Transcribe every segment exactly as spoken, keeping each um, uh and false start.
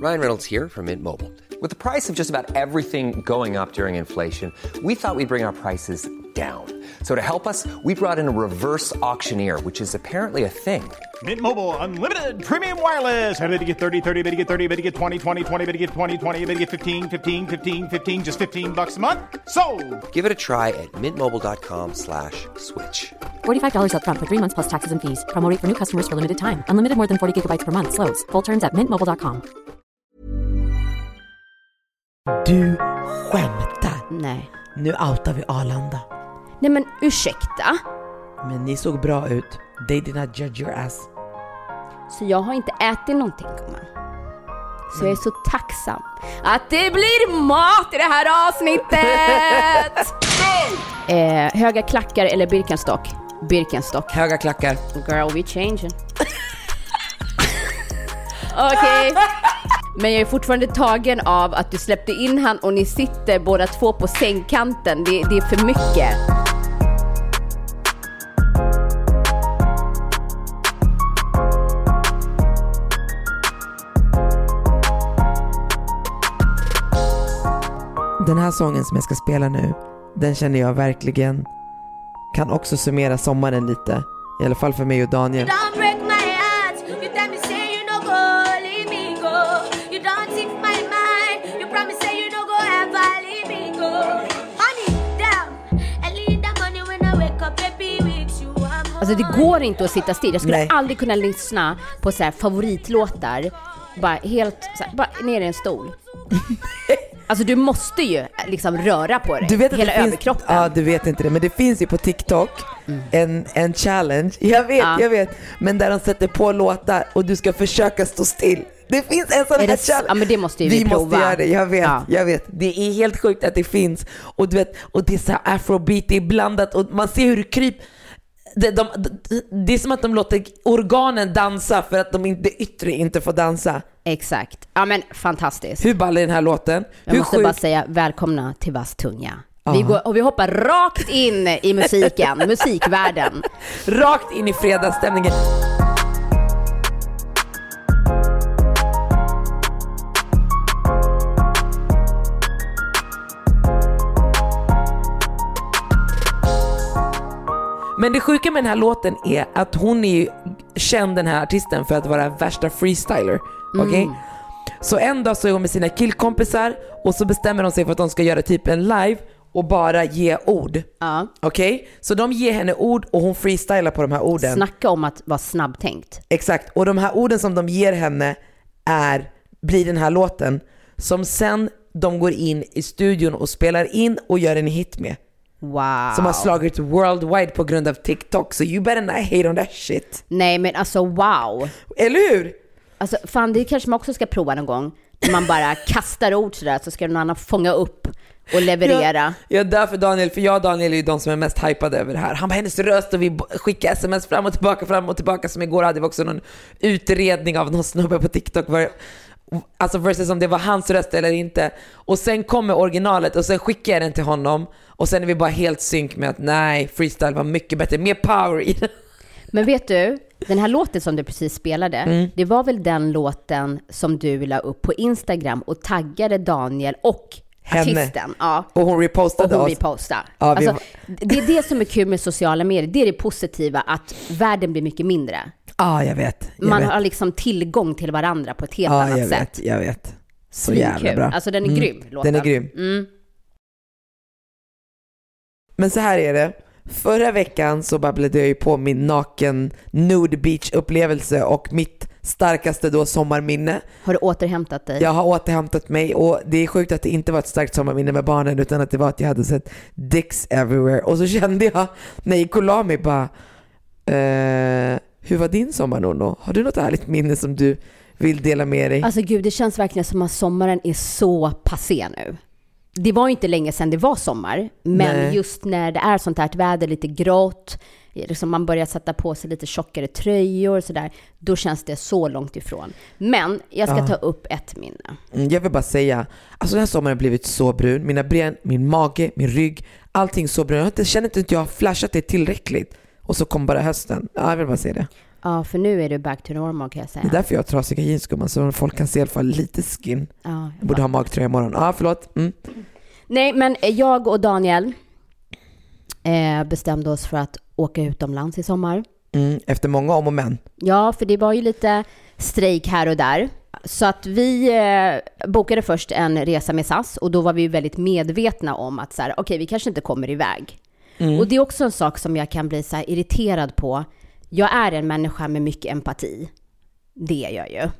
Ryan Reynolds here from Mint Mobile. With the price of just about everything going up during inflation, we thought we'd bring our prices down. So to help us, we brought in a reverse auctioneer, which is apparently a thing. Mint Mobile Unlimited Premium Wireless. How to get thirty, thirty, how to get thirty, how to get twenty, twenty, twenty, how to get twenty, twenty, how to get fifteen, fifteen, fifteen, fifteen, just fifteen bucks a month? Sold! Give it a try at mintmobile.com slash switch. forty-five dollars up front for three months plus taxes and fees. Promo rate for new customers for limited time. Unlimited more than forty gigabytes per month. Slows full terms at mint mobile dot com. Du skämtar. Nej. Nu outar vi Arlanda. Nej men ursäkta. Men ni såg bra ut. They did not judge your ass. Så jag har inte ätit någonting, gumman. Så jag är så tacksam att det blir mat i det här avsnittet. eh, höga klackar eller Birkenstock? Birkenstock. Höga klackar. Girl, we changing. Okej. Okay. Men jag är fortfarande tagen av att du släppte in han och ni sitter båda två på sängkanten. Det, det är för mycket. Den här sången som jag ska spela nu, den känner jag verkligen kan också summera sommaren lite. I alla fall för mig och Daniel. Alltså det går inte att sitta still. Jag skulle Nej. aldrig kunna lyssna på så här favoritlåtar bara helt så här, bara ner i en stol. Alltså du måste ju liksom röra på dig. Du vet att hela det finns, överkroppen. Ja, du vet inte det, men det finns ju på TikTok mm. en, en challenge. Jag vet, ja. jag vet. Men där de sätter på låtar och du ska försöka stå still. Det finns en sån här det, challenge. Ja, men det måste ju vi, vi prova. måste göra det, jag vet, ja. jag vet. Det är helt sjukt att det finns. Och du vet, och det är så här afrobeat, det är blandat och man ser hur det kryper. Det, de, de, det är som att de låter organen dansa för att de inte yttre inte får dansa. Exakt. Ja men fantastiskt. Hur ball är den här låten? Jag hur måste sjuk... bara säga välkomna till Vasstunga. Vi går, och vi hoppar rakt in i musiken, musikvärlden. Rakt in i fredagsstämningen. Men det sjuka med den här låten är att hon är ju känd, den här artisten, för att vara värsta freestyler. Okej? Okay? Mm. Så en dag så är hon med sina killkompisar och så bestämmer de sig för att de ska göra typ en live och bara ge ord. Ja. Okej? Okay? Så de ger henne ord och hon freestylar på de här orden. Snacka om att vara snabbtänkt. Exakt. Och de här orden som de ger henne är, blir den här låten som sen de går in i studion och spelar in och gör en hit med. Wow. Som har slagit worldwide på grund av TikTok. So you better not hate on that shit. Nej men alltså wow. Eller hur? Alltså fan, det kanske man också ska prova någon gång. Man bara kastar ord sådär, så ska någon annan fånga upp och leverera. Ja, ja, därför Daniel, för jag och Daniel är ju de som är mest hypade över det här. Han bara, hennes röst, och vi skickar sms fram och tillbaka, fram och tillbaka. Som igår hade vi också någon utredning av någon snubbe på TikTok var, alltså versus om det var hans röst eller inte. Och sen kommer originalet och sen skickar jag den till honom. Och sen är vi bara helt synk med att nej, freestyle var mycket bättre, mer power i den. Men vet du, den här låten som du precis spelade, mm. det var väl den låten som du la upp på Instagram och taggade Daniel och henne. Artisten. Ja. Och hon repostade och hon oss. repostade. Ja, alltså, det är det som är kul med sociala medier. Det är det positiva, att världen blir mycket mindre. Ja, jag vet. Jag Man vet. har liksom tillgång till varandra på ett helt ja, annat jag sätt. Vet, jag vet. Så Svinkul. jävla bra. Alltså den är mm. grym, låten. Den är grym. Mm. Men så här är det. Förra veckan så babblade jag ju på min naken nude beach upplevelse och mitt starkaste då sommarminne. Har du återhämtat dig? Jag har återhämtat mig, och det är sjukt att det inte var ett starkt sommarminne med barnen, utan att det var att jag hade sett dicks everywhere. Och så kände jag när jag gick och la mig bara eh, hur var din sommar, Nono? Har du något ärligt minne som du vill dela med dig? Alltså gud, det känns verkligen som att sommaren är så passé nu. Det var ju inte länge sedan det var sommar, men Nej. just när det är sånt här väder, lite grått, liksom man börjar sätta på sig lite tjockare tröjor och sådär, då känns det så långt ifrån. Men jag ska ja. ta upp ett minne. Mm, jag vill bara säga, alltså den här sommaren har blivit så brun. Mina ben, min mage, min rygg, allting så brun. Jag känner inte att jag har flashat det tillräckligt. Och så kom bara hösten. Ja, jag vill bara säga det. Ja, för nu är det back to normal kan jag säga. Det är därför jag har trasiga jeansgumman, så folk kan se i alla fall lite skin. Ja, jag borde ha magtröja imorgon. Ja, förlåt. Mm. Nej, men jag och Daniel eh, bestämde oss för att åka utomlands i sommar. Mm, efter många om och men. Ja, för det var ju lite strejk här och där. Så att vi eh, bokade först en resa med S A S och då var vi ju väldigt medvetna om att så här, okej, vi kanske inte kommer iväg. Mm. Och det är också en sak som jag kan bli så här irriterad på. Jag är en människa med mycket empati. Det är jag ju.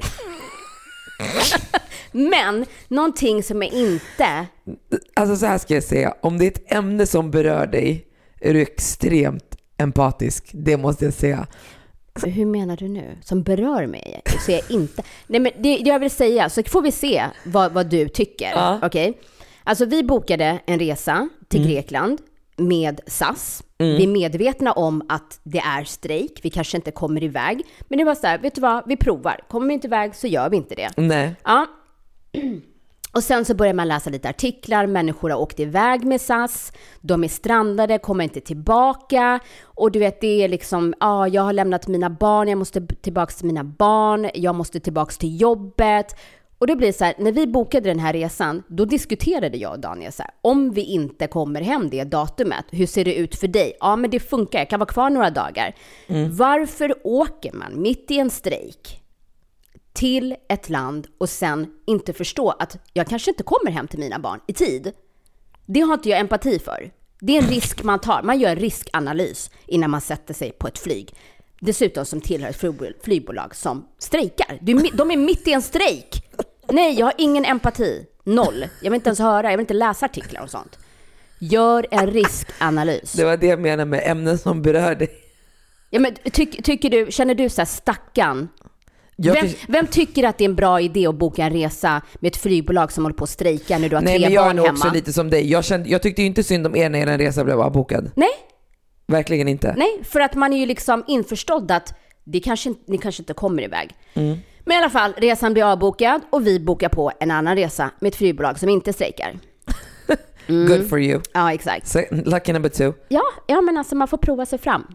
Men någonting som är inte... Alltså så här ska jag säga. Om det är ett ämne som berör dig är du extremt empatisk. Det måste jag säga. Hur menar du nu? Som berör mig? Så jag inte... Nej, men det jag vill säga, så får vi se vad, vad du tycker. Ja. Okej? Okay? Alltså vi bokade en resa till mm. Grekland med S A S. Mm. Vi är medvetna om att det är strejk. Vi kanske inte kommer iväg. Men det var så här, vet du vad? Vi provar. Kommer vi inte iväg så gör vi inte det. Nej. Ja. Och sen så börjar man läsa lite artiklar. Människor har åkt iväg med S A S. De är strandade, kommer inte tillbaka. Och du vet, det är liksom, ja, ah, jag har lämnat mina barn. Jag måste tillbaka till mina barn. Jag måste tillbaka till jobbet. Och det blir så här, när vi bokade den här resan, då diskuterade jag och Daniel så här, om vi inte kommer hem det datumet, hur ser det ut för dig? Ja, men det funkar, jag kan vara kvar några dagar. Mm. Varför åker man mitt i en strejk till ett land och sen inte förstå att jag kanske inte kommer hem till mina barn i tid? Det har inte jag empati för. Det är en risk man tar. Man gör en riskanalys innan man sätter sig på ett flyg. Dessutom som tillhör ett flygbolag som strejkar. De är mitt i en strejk. Nej, jag har ingen empati. Noll. Jag vill inte ens höra, jag vill inte läsa artiklar och sånt. Gör en riskanalys. Det var det jag menade med ämnen som berör dig. Ja, men ty- tycker du, känner du så här stackan? Vem, kan... vem tycker att det är en bra idé att boka en resa med ett flygbolag som håller på att strejka när du har Nej, tre men jag barn är hemma? också lite som dig. Jag, kände, jag tyckte ju inte synd om er när en resa blev avbokad. Nej. Verkligen inte. Nej, för att man är ju liksom införstådd att det kanske, ni kanske inte kommer iväg. Mm. Men i alla fall, resan blir avbokad och vi bokar på en annan resa med ett flygbolag som inte strejkar. Mm. Good for you. Ja, exakt. So, lucky number two. Ja, ja, men alltså man får prova sig fram.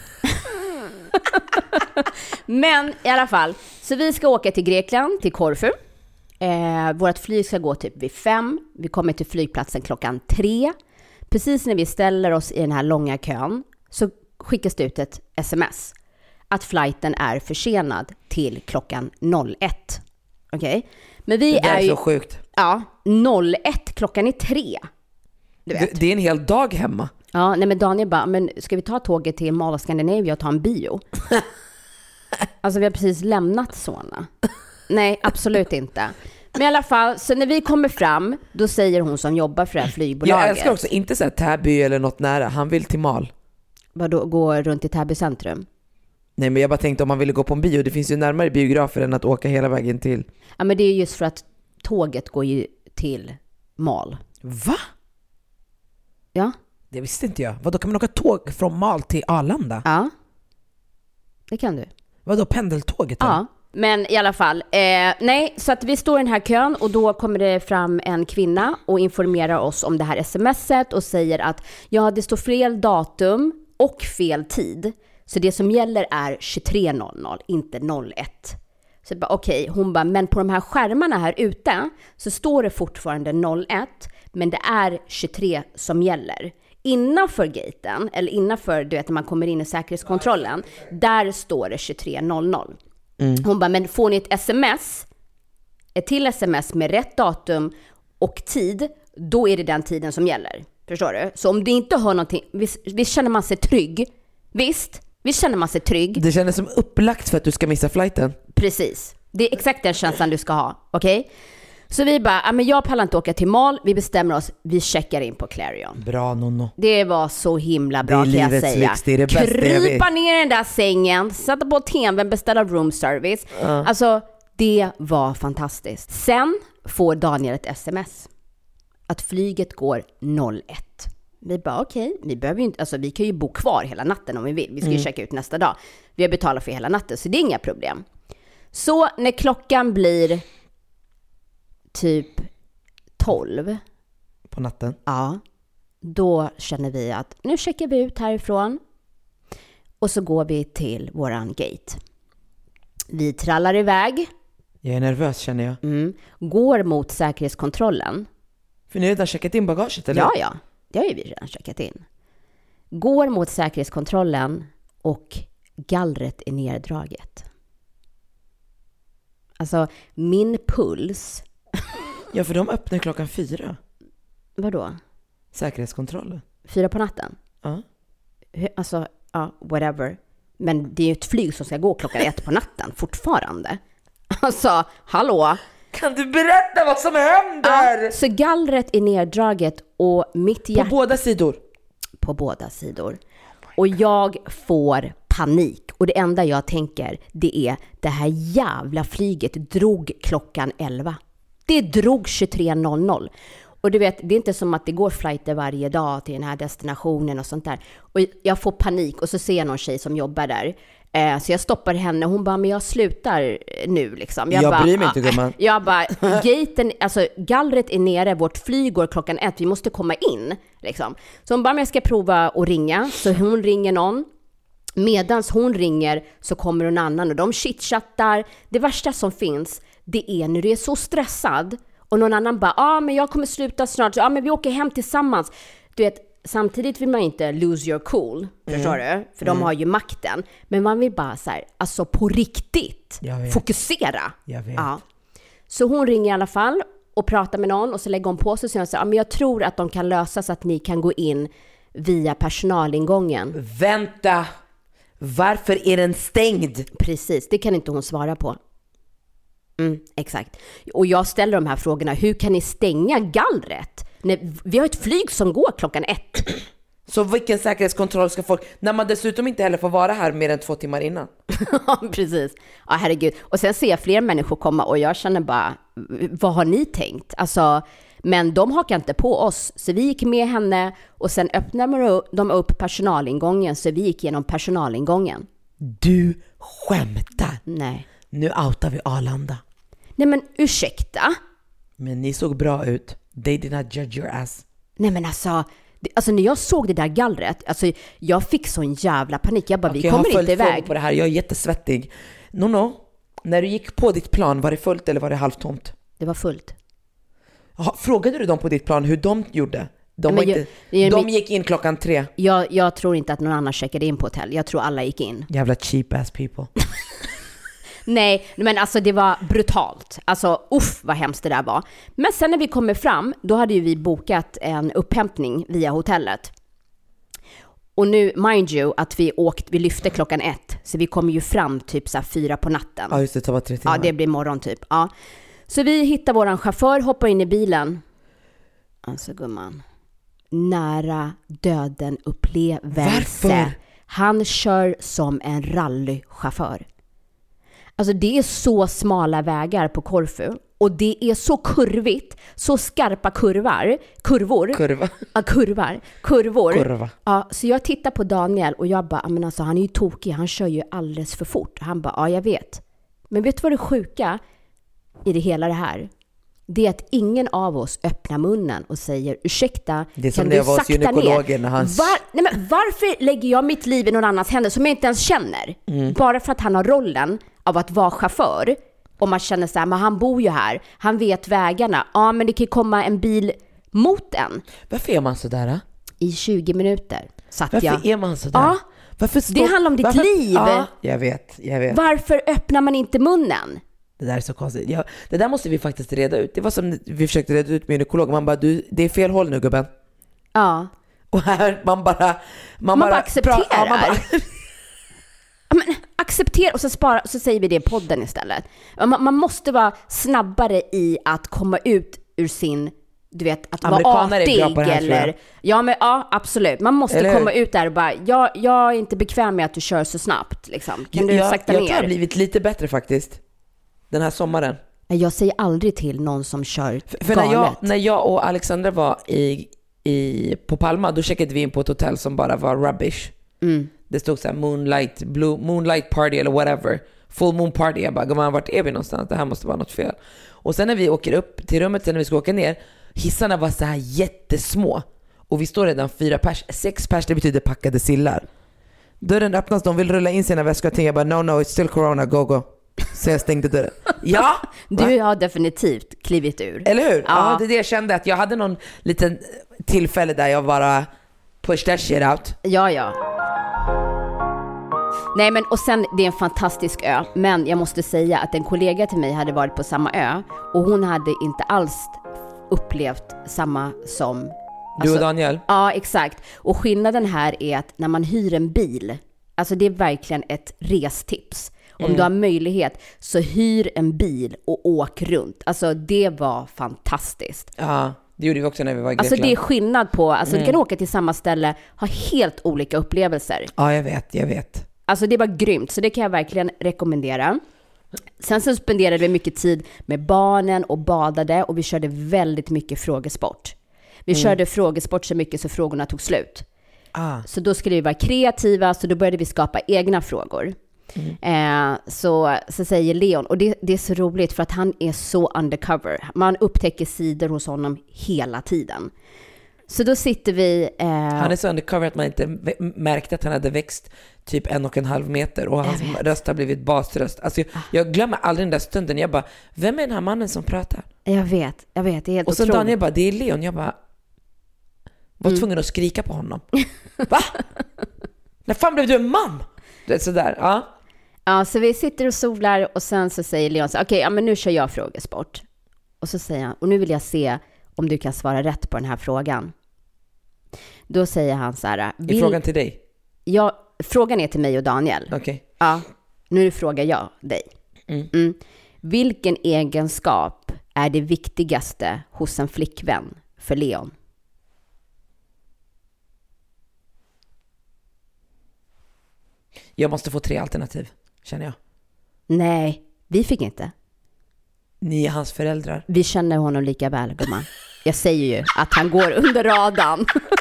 Men i alla fall, så vi ska åka till Grekland, till Korfu. Eh, vårt flyg ska gå typ vid fem. Vi kommer till flygplatsen klockan tre. Precis när vi ställer oss i den här långa kön så skickas det ut ett sms att flighten är försenad till klockan ett. Okej? Okay? Men vi det är, är ju så sjukt. Ja, ett klockan är tre. Du vet. Det, det är en hel dag hemma. Ja, nej men Daniel bara, men ska vi ta tåget till Mall of Scandinavia och ta en bio? Alltså vi har precis lämnat Solna. Nej, absolut inte. Men i alla fall, så när vi kommer fram, då säger hon som jobbar för det här flygbolaget. Jag älskar också, inte så här Täby eller något nära. Han vill till Mal. Vadå, gå runt i Täby centrum? Nej, men jag bara tänkte om man ville gå på en bio. Det finns ju närmare biografer än att åka hela vägen till. Ja, men det är just för att tåget går ju till Mal. Va? Ja. Det visste inte jag. Vadå, kan man åka tåg från Mal till Arlanda? Ja. Det kan du. Vadå, pendeltåget då? Ja. Men i alla fall, eh, nej, så att vi står i den här kön och då kommer det fram en kvinna och informerar oss om det här smset och säger att ja, det står fel datum och fel tid. Så det som gäller är tjugotre noll noll, inte noll ett. Så jag bara, okej, okay. Hon bara, men på de här skärmarna här ute så står det fortfarande noll ett, men det är tjugotre som gäller. Innanför gaten, eller innanför, du vet, när man kommer in i säkerhetskontrollen, där står det tjugotre noll noll. Mm. Hon bara, men får ni ett sms, ett till sms med rätt datum och tid, då är det den tiden som gäller. Förstår du? Så om du inte hör någonting, visst, visst känner man sig trygg? Visst, visst känner man sig trygg? Det känns som upplagt för att du ska missa flighten. Precis, det är exakt den känslan du ska ha, okej? Okay? Så vi bara, ja, men jag pallar inte åka till Mal. Vi bestämmer oss, vi checkar in på Clarion. Bra, Nonno. Det var så himla bra, kan jag säga. Lyx, det är det bästa Krypa ner i den där sängen, sätta på tvn, beställa room service. Uh. Alltså, det var fantastiskt. Sen får Daniel ett sms att flyget går noll ett. Vi bara, okej, okay, vi behöver ju inte, alltså vi kan ju bo kvar hela natten om vi vill. Vi ska ju mm. checka ut nästa dag. Vi har betalat för hela natten, så det är inga problem. Så när klockan blir typ tolv på natten. Ja. Då känner vi att nu checkar vi ut härifrån. Och så går vi till våran gate. Vi trallar iväg. Jag är nervös känner jag. Mm. Går mot säkerhetskontrollen. För ni har redan checkat in bagaget eller? Ja, ja. Det har ju vi redan checkat in. Går mot säkerhetskontrollen och gallret är neddraget. Alltså, min puls... Ja, för de öppnar klockan fyra. Vadå? Säkerhetskontrollen. Fyra på natten? Ja. Alltså, ja, whatever. Men det är ju ett flyg som ska gå klockan ett på natten fortfarande. Alltså, hallå? Kan du berätta vad som händer? Ja, så gallret är neddraget och mitt hjärta... På båda sidor? På båda sidor. Och jag får panik. Och det enda jag tänker, det är det här jävla flyget drog klockan elva. Det drog tjugotre noll noll. Och du vet, det är inte som att det går flighter varje dag till den här destinationen och sånt där. Och jag får panik och så ser jag någon tjej som jobbar där. Eh, så jag stoppar henne. Hon bara, men jag slutar nu liksom. Jag, jag bara, bryr mig inte, gumman. Jag bara, gaten, alltså gallret är nere, vårt flyg går klockan ett. Vi måste komma in liksom. Så hon bara, men jag ska prova att ringa. Så hon ringer någon. Medans hon ringer så kommer en annan och de chitchattar. Det värsta som finns, det är när du är så stressad och någon annan bara, ja ah, men jag kommer sluta snart, ja ah, men vi åker hem tillsammans. Du vet, samtidigt vill man inte lose your cool, mm. förstår du? För mm. de har ju makten. Men man vill bara så här, alltså på riktigt, fokusera. Jag vet. Ja. Så hon ringer i alla fall och pratar med någon och så lägger hon på sig och säger, ja ah, men jag tror att de kan lösa så att ni kan gå in via personalingången. Vänta! Varför är den stängd? Precis, det kan inte hon svara på. Mm, exakt. Och jag ställer de här frågorna. Hur kan ni stänga gallret? När vi har ett flyg som går klockan ett. Så vilken säkerhetskontroll ska folk... När man dessutom inte heller får vara här mer än två timmar innan. Ja, precis. Ja, herregud. Och sen ser jag fler människor komma och jag känner bara, vad har ni tänkt? Alltså, men de hakar inte på oss. Så vi gick med henne och sen öppnade de upp personalingången. Så vi gick igenom personalingången. Du skämtar? Nej. Nu outar vi Arlanda. Nej men ursäkta. Men ni såg bra ut. They did not judge your ass. Nej men alltså, det, alltså när jag såg det där gallret, alltså jag fick sån jävla panik. Jag bara, okay, vi kommer inte iväg. På det här. Jag är jättesvettig. No, no. När du gick på ditt plan, var det fullt eller var det halvtomt? Det var fullt. Aha, frågade du dem på ditt plan hur de gjorde? De, var jag, inte, jag, de jag, gick in klockan tre. Jag, jag tror inte att någon annan checkade in på hotell. Jag tror alla gick in. Jävla cheap ass people. Nej, men alltså det var brutalt. Alltså, uff vad hemskt det där var. Men sen när vi kommer fram, då hade ju vi bokat en upphämtning via hotellet. Och nu, mind you, att vi åkt, vi lyfte klockan ett. Så vi kom ju fram typ så här fyra på natten. Ja, just det, det var tre timmar. Ja, det blir morgon typ. Ja. Så vi hittar våran chaufför, hoppar in i bilen. Alltså gumman, nära döden upplevelse. Varför? Han kör som en rallychaufför. Alltså det är så smala vägar på Korfu. Och det är så kurvigt, så skarpa kurvar. Kurvor. Kurva. Ja, kurvar. Kurvor. Kurva. Ja, så jag tittar på Daniel och jag bara, men alltså han är ju tokig. Han kör ju alldeles för fort. Han bara, ja jag vet. Men vet du vad det sjuka i det hela det här? Det är att ingen av oss öppnar munnen och säger, ursäkta, det är som kan det du var sakta gynekologen ner? när hans... Var, nej men varför lägger jag mitt liv i någon annans händer som jag inte ens känner? Mm. Bara för att han har rollen av att vara chaufför. Och man känner så här, men han bor ju här. Han vet vägarna. Ja, men det kan komma en bil mot en. Varför är man så där? Då? I tjugo minuter satt Varför jag. Varför är man så där? Ja, varför stå... det handlar om ditt varför... liv. Ja, jag vet, jag vet. Varför öppnar man inte munnen? Det där är så konstigt. Ja, det där måste vi faktiskt reda ut. Det var som vi försökte reda ut med gynekologen. Man bara, du, det är fel håll nu gubben. Ja. Och här, man bara... Man, man bara, bara accepterar. Ja, man bara... Men, acceptera och så, spara, så säger vi det i podden istället. Man, man måste vara snabbare i att komma ut ur sin, du vet, att vara artig. Är bra på det här, eller, ja, men, ja, absolut. Man måste eller komma ut där och bara, jag, jag är inte bekväm med att du kör så snabbt. Liksom. Kan jag, du sakta jag, ner? Jag tror jag har blivit lite bättre faktiskt. Den här sommaren. Jag säger aldrig till någon som kör för, för när, jag, när jag och Alexandra var i, i, på Palma, då checkade vi in på ett hotell som bara var rubbish. Mm. Det stod så här moonlight, blue, moonlight party eller whatever. Full moon party. Jag bara, gumman, vart är vi någonstans? Det här måste vara något fel. Och sen när vi åker upp till rummet, sen när vi ska åka ner, hissarna var så här jättesmå. Och vi står redan fyra pers, sex pers, det betyder packade sillar. Dörren öppnas, de vill rulla in sina väskor och jag bara, no, no, it's still corona, go, go. Så jag stängde dörren. Ja! Du har definitivt klivit ur. Eller hur? Ja. Ja, det är det jag kände, att jag hade någon liten tillfälle där jag bara push that shit out. Ja, ja. Nej, men och sen, det är en fantastisk ö. Men jag måste säga att en kollega till mig hade varit på samma ö. Och hon hade inte alls upplevt samma som... Du alltså, och Daniel? Ja, exakt. Och skillnaden här är att när man hyr en bil, alltså det är verkligen ett restips. Om mm. du har möjlighet, så hyr en bil och åk runt. Alltså det var fantastiskt. Ja, det gjorde vi också när vi var i Grekland. Alltså det är skillnad på, alltså mm. du kan åka till samma ställe, ha helt olika upplevelser. Ja, jag vet, jag vet. Alltså det var grymt, så det kan jag verkligen rekommendera. Sen så spenderade vi mycket tid med barnen och badade, och vi körde väldigt mycket frågesport. Vi mm. körde frågesport så mycket så frågorna tog slut. Ah. Så då skulle vi vara kreativa, så då började vi skapa egna frågor. Mm. Eh, så, så säger Leon, och det, det är så roligt för att han är så undercover. Man upptäcker sidor hos honom hela tiden. Så då sitter vi... Eh, han är så undercover att man inte märkte att han hade växt typ en och en halv meter och hans röst har blivit basröst. Alltså jag, jag glömmer aldrig den där stunden. Jag bara, vem är den här mannen som pratar? Jag vet, jag vet, det är helt och så otroligt. Daniel bara, det är Leon. Jag bara, var mm. tvungen att skrika på honom. Va? När fan blev du en man? Det är sådär, ja. Ja, så vi sitter och solar och sen så säger Leon så okej, okay, ja men nu kör jag frågesport. Och så säger han, och nu vill jag se om du kan svara rätt på den här frågan. Då säger han så här... Vill... Är frågan till dig? Ja, frågan är till mig och Daniel. Okej. Okay. Ja, nu frågar jag dig. Mm. Mm. Vilken egenskap är det viktigaste hos en flickvän för Leon? Jag måste få tre alternativ, känner jag. Nej, vi fick inte. Ni är hans föräldrar. Vi känner honom lika väl, gumman. Jag säger ju att han går under radarn.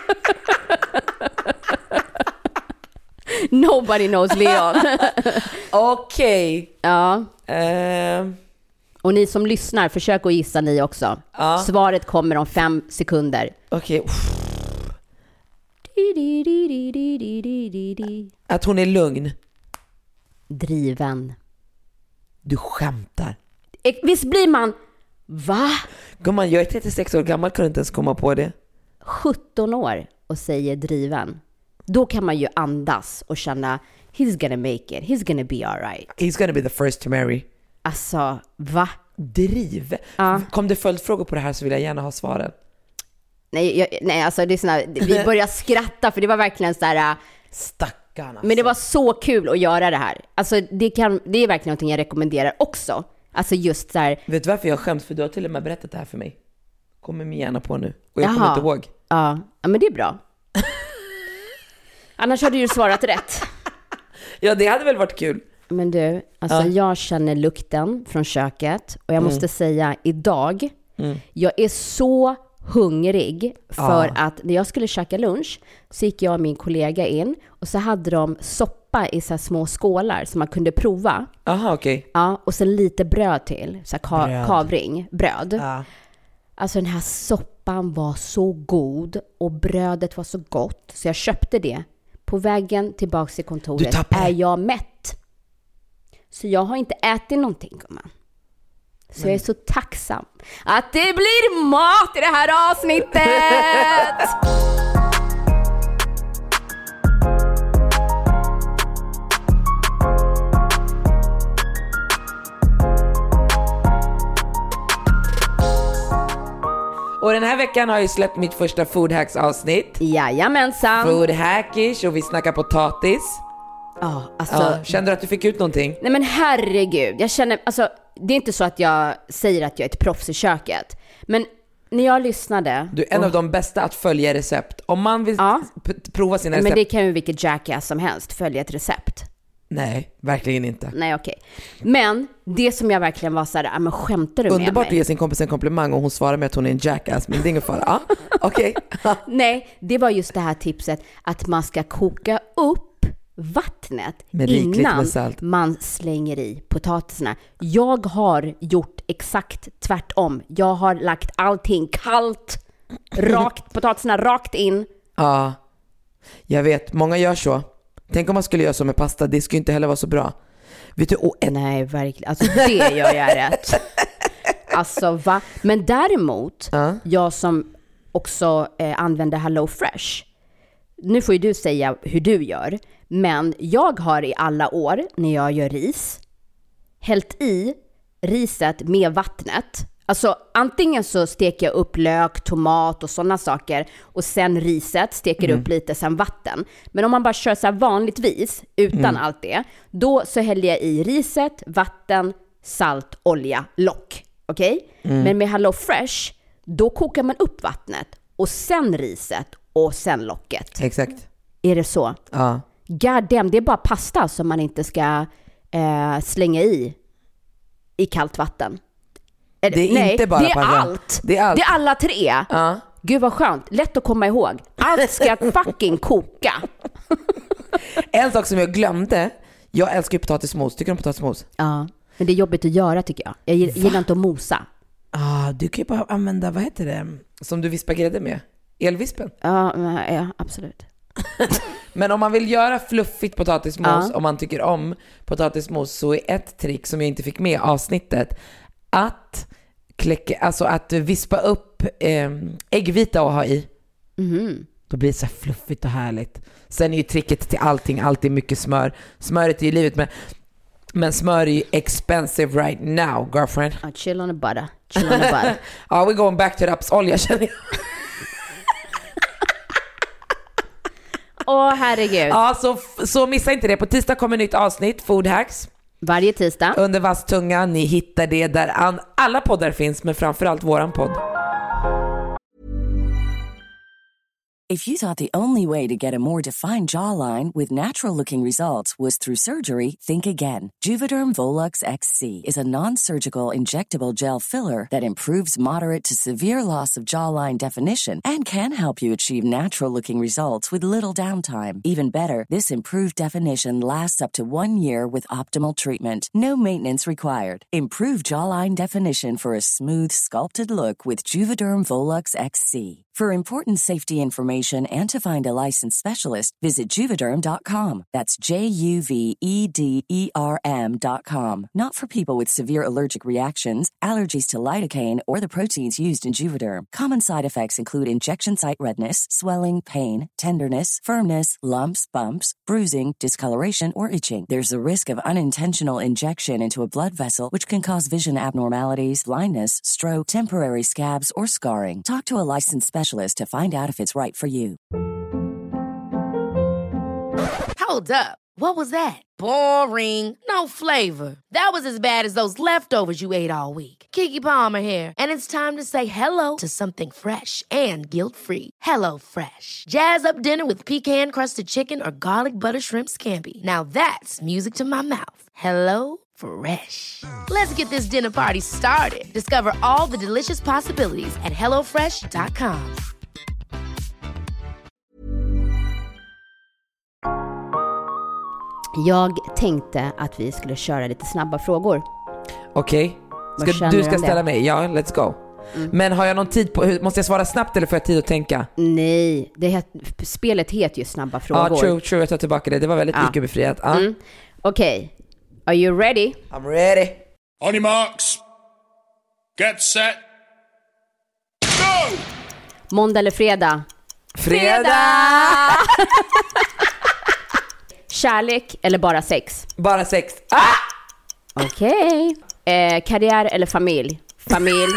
Nobody knows Leon. Okej. Okay. Ja. Uh... Och ni som lyssnar, försök att gissa ni också. Uh. Svaret kommer om fem sekunder. Okej. Okay. Att hon är lugn. Driven. Du skämtar. Visst blir man... Va? Gumman, jag är trettiosex år gammal, kunde inte ens komma på det. sjutton år och säger driven. Då kan man ju andas och känna he's gonna make it, he's gonna be all right. He's gonna be the first to marry. Alltså, va? Driv. Ja. Kom det följdfrågor på det här så vill jag gärna ha svaren. Nej, jag, nej alltså det är såna, vi börjar skratta för det var verkligen så här... Stackarna. Alltså. Men det var så kul att göra det här. Alltså det, kan, det är verkligen någonting jag rekommenderar också. Alltså just så här... Vet du varför jag skäms? För du har till och med berättat det här för mig. Kommer mig gärna på nu. Och jag Jaha. kommer inte ihåg. Ja, ja men det är bra. Annars hade du svarat rätt. Ja, det hade väl varit kul. Men du, alltså ja. Jag känner lukten från köket. Och jag mm. måste säga, idag, mm. jag är så hungrig. För ja. att när jag skulle käka lunch så gick jag och min kollega in. Och så hade de soppa i så här små skålar som man kunde prova. Aha, okej. Okay. Ja, och sen lite bröd till. Så här ka- bröd. kavring, bröd. Ja. Alltså den här soppan var så god och brödet var så gott. Så jag köpte det. På vägen tillbaka till kontoret är jag mätt. Så jag har inte ätit någonting, gumman. Så Men... jag är så tacksam att det blir mat i det här avsnittet! Och den här veckan har jag släppt mitt första Food Hacks avsnitt. Jajamensan. Food Hackish och vi snackar potatis. Ja, alltså. Ja, kände du att du fick ut någonting? Nej men herregud, jag känner, alltså det är inte så att jag säger att jag är ett proffs i köket. Men när jag lyssnade... Du är en och... av de bästa att följa recept. Om man vill ja. p- prova sina recept... Men det kan ju vilket jackass som helst följa ett recept. Nej, verkligen inte. Nej, okej. Okay. Men det som jag verkligen var så här, ja men skämtar du med mig? Underbart att ge sin kompis en komplimang och hon svarar med att hon är en jackass, men det är ingen fara. Ja, okej. Okay. Nej, det var just det här tipset att man ska koka upp vattnet innan man slänger i potatisarna. Jag har gjort exakt tvärtom. Jag har lagt allting kallt, rakt, potatisarna rakt in. Ja, jag vet. Många gör så. Tänk om man skulle göra så med pasta. Det skulle inte heller vara så bra. Vet du, och en... Nej, verkligen. Alltså det gör jag rätt. Alltså va? Men däremot, uh. jag som också eh, använder Hello Fresh. Nu får ju du säga hur du gör. Men jag har i alla år när jag gör ris hällt i riset med vattnet. Alltså antingen så steker jag upp lök, tomat och sådana saker och sen riset steker mm. upp lite, sen vatten. Men om man bara kör så här vanligtvis utan mm. allt det, då så häller jag i riset, vatten, salt, olja, lock. Okej? Okay? Mm. Men med Hello Fresh, då kokar man upp vattnet och sen riset och sen locket. Exakt. Är det så? Ja. God damn, det är bara pasta som man inte ska eh, slänga i i kallt vatten. Det är Nej, inte bara det är pasta. allt. Det är allt. Det är alla tre. Ja. Gud vad skönt. Lätt att komma ihåg. Allt ska fucking koka. En sak som jag glömde. Jag älskar ju potatismos. Tycker du om potatismos? Ja, men det är jobbigt att göra tycker jag. Jag gillar Va? inte att mosa. Ah, du kan ju bara använda, vad heter det? Som du vispar grädde med. Elvispen. Ja, ja absolut. Men om man vill göra fluffigt potatismos, ja. om man tycker om potatismos, så är ett trick som jag inte fick med i avsnittet att kläcka, alltså att vispa upp eh, äggvita och ha i. Mm. Då blir det så fluffigt och härligt. Sen är ju tricket till allting alltid mycket smör. Smöret är ju livet, men, men smör är ju expensive right now, girlfriend. Uh, chill on the butter. Chill on the butter. Ja, we're going back to rapsolja, känner jag. Åh, oh, herregud. Ja, så, så missa inte det. På tisdag kommer nytt avsnitt, Food Hacks. Varje tisdag. Under vass tunga. Ni hittar det där an- alla poddar finns, men framförallt våran podd. If you thought the only way to get a more defined jawline with natural-looking results was through surgery, think again. Juvederm Volux X C is a non-surgical injectable gel filler that improves moderate to severe loss of jawline definition and can help you achieve natural-looking results with little downtime. Even better, this improved definition lasts up to one year with optimal treatment. No maintenance required. Improve jawline definition for a smooth, sculpted look with Juvederm Volux X C. For important safety information and to find a licensed specialist, visit Juvederm dot com. That's J U V E D E R M dot com. Not for people with severe allergic reactions, allergies to lidocaine, or the proteins used in Juvederm. Common side effects include injection site redness, swelling, pain, tenderness, firmness, lumps, bumps, bruising, discoloration, or itching. There's a risk of unintentional injection into a blood vessel, which can cause vision abnormalities, blindness, stroke, temporary scabs, or scarring. Talk to a licensed specialist to find out if it's right for you. Hold up. What was that? Boring. No flavor. That was as bad as those leftovers you ate all week. Keke Palmer here, and it's time to say hello to something fresh and guilt-free. Hello Fresh. Jazz up dinner with pecan-crusted chicken or garlic butter shrimp scampi. Now that's music to my mouth. Hello Fresh. Let's get this dinner party started. Discover all the delicious possibilities at hello fresh dot com. Jag tänkte att vi skulle köra lite snabba frågor. Okej. Okay. Ska, du ska ställa mig? Ja, let's go. Mm. Men har jag någon tid på, måste jag svara snabbt eller får jag tid att tänka? Nej, det het, spelet heter ju snabba frågor. Ja, ah, true, true, jag tar tillbaka det. Det var väldigt mycket befriat. Ah. Mm. Okej. Okay. Are you ready? I'm ready. On your marks. Get set. Go! Måndag eller fredag? Fredag! Kärlek eller bara sex? Bara sex. Ah! Okej. Okay. Eh, karriär eller familj? Familj.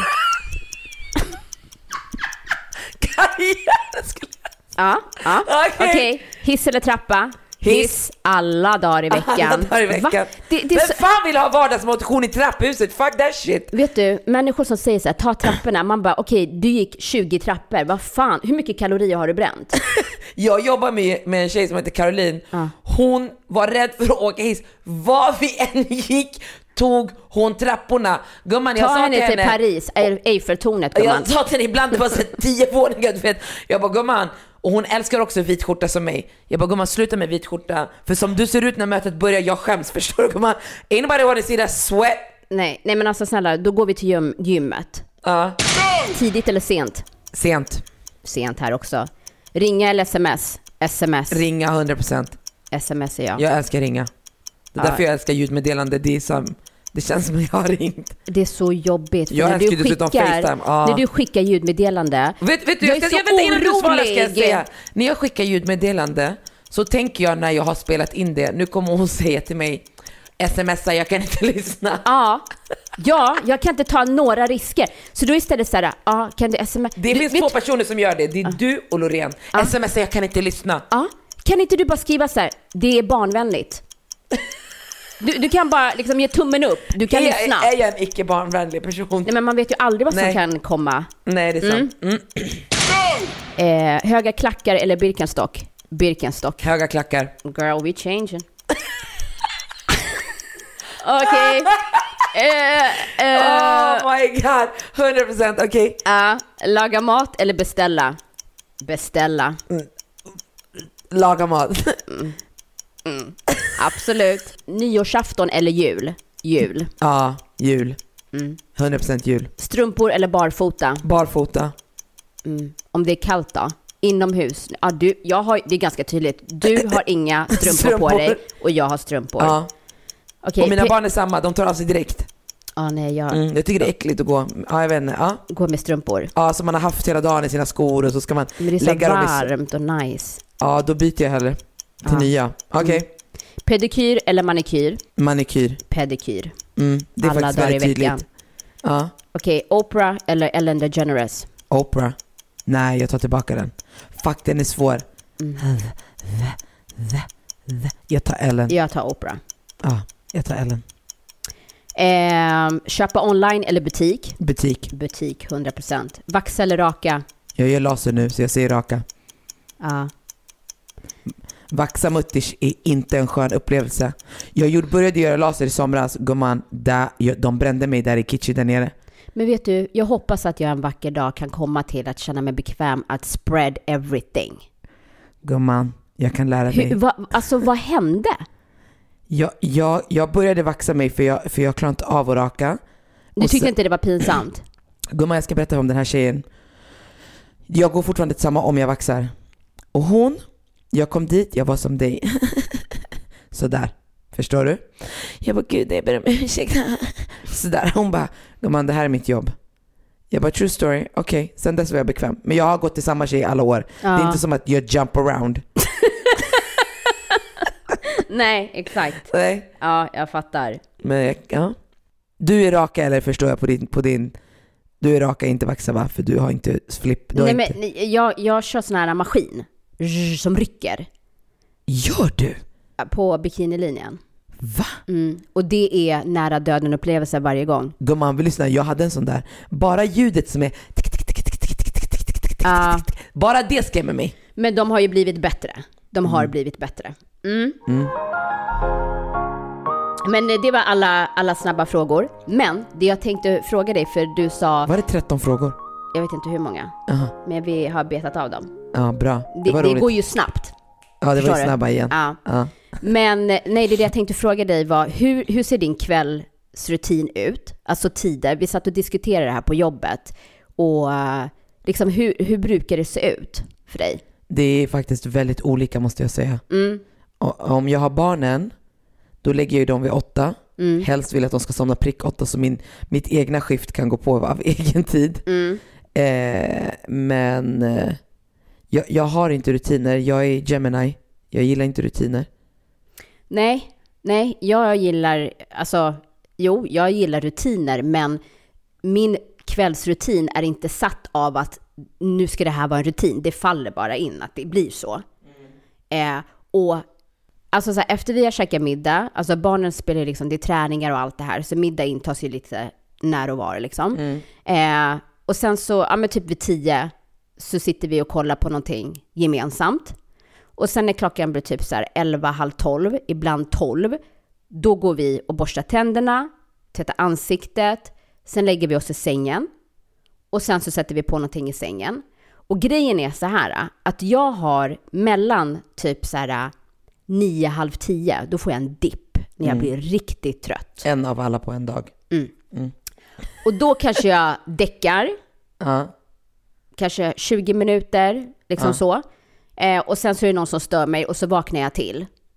Karriär skulle jag... Ja, ja. Okej. Okay. Okay. Hiss eller trappa? Hiss alla dagar i veckan. Alla dagar i veckan. Det, det Vem så... fan vill ha vardagsmotion i trapphuset? Fuck that shit. Vet du, människor som säger så här, ta trapporna. Man bara, okej, okay, du gick tjugo trappor. Vad fan, hur mycket kalorier har du bränt? Jag jobbar med, med en tjej som heter Caroline. Ah. Hon var rädd för att åka hiss. Var vi än gick tog hon trapporna. Gumman, jag Ta sa henne till henne, Paris, Eiffeltornet, gumman. Jag sa till henne ibland, det var så tio våningar, du vet. Jag bara, gumman. Och hon älskar också vit skjorta som mig. Jag bara, gumman, sluta med vit skjorta. För som du ser ut när mötet börjar, jag skäms, förstår du, gumman? Ain't nobody wanna see that sweat. Nej, nej men alltså snälla, då går vi till gym, gymmet. Ja. Uh. Tidigt eller sent? Sent. Sent här också. Ringa eller sms? Sms. Ringa hundra procent. Smsar jag. Jag älskar ringa. Det är Ja. därför jag älskar ljudmeddelande. Det är som... Det känns som att jag har ringt. Det är så jobbigt. För Jag när, älskar du ju dessutom skickar, FaceTime. Ah. när du skickar ljudmeddelande. Vet, vet du, jag jag, är ska, så jag vet innan du svarar ska jag orolig. säga. När jag skickar ljudmeddelande så tänker jag när jag har spelat in det. Nu kommer hon säga till mig, smsa, jag kan inte lyssna. Ja, ja, jag kan inte ta några risker. Så då istället så här, ja, kan du smsa? Det du, finns vet, två personer som gör det. Det är Ah. du och Loreen. Ah. Smsa, jag kan inte lyssna. Ja, kan inte du bara skriva så här, det är barnvänligt. Du, du kan bara liksom ge tummen upp. Du kan är, lyssna. Är jag en icke-barnvänlig person? Nej, men man vet ju aldrig vad som Nej. kan komma. Nej, det är sant. Mm. Eh, höga klackar eller Birkenstock? Birkenstock. Höga klackar. Girl, we changing. Okej. Eh, eh, Oh my god, hundra procent, okej. Okay. ja, laga mat eller beställa? Beställa. Laga mat. Mm, absolut. Nyårsafton eller jul? Jul. Ja, jul. Mm. hundra procent jul. Strumpor eller barfota? Barfota. Mm. Om det är kallt då? Inomhus? Ja, du, jag har, det är ganska tydligt. Du har inga strumpor, Strumpor. på dig och jag har strumpor. Ja. Okej, Och mina pe- barn är samma, de tar av sig direkt. Ja, nej, jag Mm, jag tycker det är äckligt att gå. Ja, jag vet inte. Ja. går med strumpor. Ja, som man har haft hela dagen i sina skor och så ska man Men det är så lägga dem i... varmt och nice. Ja, då byter jag hellre till Ja. nya. Okej. Mm. Pedikyr eller manikyr? Manikyr. Pedikyr. Mm, det är Alla faktiskt dagar i väldigt veckan. tydligt. Ja. Okej, Oprah eller Ellen DeGeneres? Oprah. Nej, jag tar tillbaka den. Fuck, den är svår. Mm. Jag tar Ellen. Jag tar Oprah. Ja, jag tar Ellen. Eh, köpa online eller butik? Butik. Butik, hundra procent. Vaxa eller raka? Jag gör laser nu så jag ser raka. Ja. Vaxa muttish är inte en skön upplevelse. Jag gjorde, började göra laser i somras, gumman, där, jag, de brände mig där i kitchen där nere. Men vet du, jag hoppas att jag en vacker dag kan komma till att känna mig bekväm att spread everything. Gumman, jag kan lära dig. Hur, va, alltså vad hände? Jag, jag, jag började vaxa mig för jag, för jag klarade inte av att raka. Du Och tyckte sen- inte det var pinsamt? Gumman, jag ska berätta om den här tjejen. Jag går fortfarande till samma om jag vaxar. Och hon, jag kom dit, jag var som dig. Sådär, förstår du? Jag bara, gud, jag ber om ursäkt. Sådär, hon bara, gumman, det här är mitt jobb. Jag bara, true story, okej, okay. Sen dess var jag bekväm. Men jag har gått till samma tjej alla år. Ja. Det är inte som att jag jump around. Nej, exakt. Nej. Ja, jag fattar. Men ja. Du är raka, eller förstår jag på din, på din du är raka, inte vaxa, va? För du har inte flipp. Du har Nej, inte... men jag, jag kör sån här maskin som rycker Gör du? på bikinilinjen. Va? Mm. Och det är nära döden upplevelse varje gång. Gumman, vill lyssna, jag hade en sån där. Bara ljudet som är Ja. bara det skrämmer mig. Men de har ju blivit bättre. De har Mm. blivit bättre. Mm. Mm. Men det var alla, alla snabba frågor. Men det jag tänkte fråga dig, för du sa, Var det tretton frågor? jag vet inte hur många, Aha. men vi har betat av dem. Ja, bra. Det, Det var det roligt. går ju snabbt. Ja, det var Förstår ju du? snabba igen. Ja. Ja. Men nej, det, det jag tänkte fråga dig var, hur, hur ser din kvällsrutin ut? Alltså tider. Vi satt och diskuterade det här på jobbet. Och eh, liksom, hur, hur brukar det se ut för dig? Det är faktiskt väldigt olika, måste jag säga. Mm. Och om jag har barnen, då lägger jag ju dem vid åtta. Mm. Helst vill jag att de ska somna prick åtta, så min, mitt egna skift kan gå på av egen tid. Mm. Eh, men eh, jag, jag har inte rutiner. Jag är Gemini. Jag gillar inte rutiner. Nej, nej, jag gillar, alltså, jo, jag gillar rutiner, men min kvällsrutin är inte satt av att nu ska det här vara en rutin. Det faller bara in att det blir så. Mm. Eh, och alltså så här, efter vi har käkat middag, alltså barnen spelar liksom, det är träningar och allt det här, så middag intas ju lite när och var liksom. Mm. Eh, och sen så, ja men typ vid tio så sitter vi och kollar på någonting gemensamt. Och sen när klockan blir typ så här elva, halv tolv, ibland tolv, då går vi och borstar tänderna, tvättar ansiktet, sen lägger vi oss i sängen och sen så sätter vi på någonting i sängen. Och grejen är så här, att jag har mellan typ så här nio, halv tio, då får jag en dipp när jag Mm. blir riktigt trött. En av alla på en dag. Mm. Mm. Och då kanske jag däckar, Ja. kanske tjugo minuter, liksom Ja. så. Eh, och sen så är det någon som stör mig och så vaknar jag till.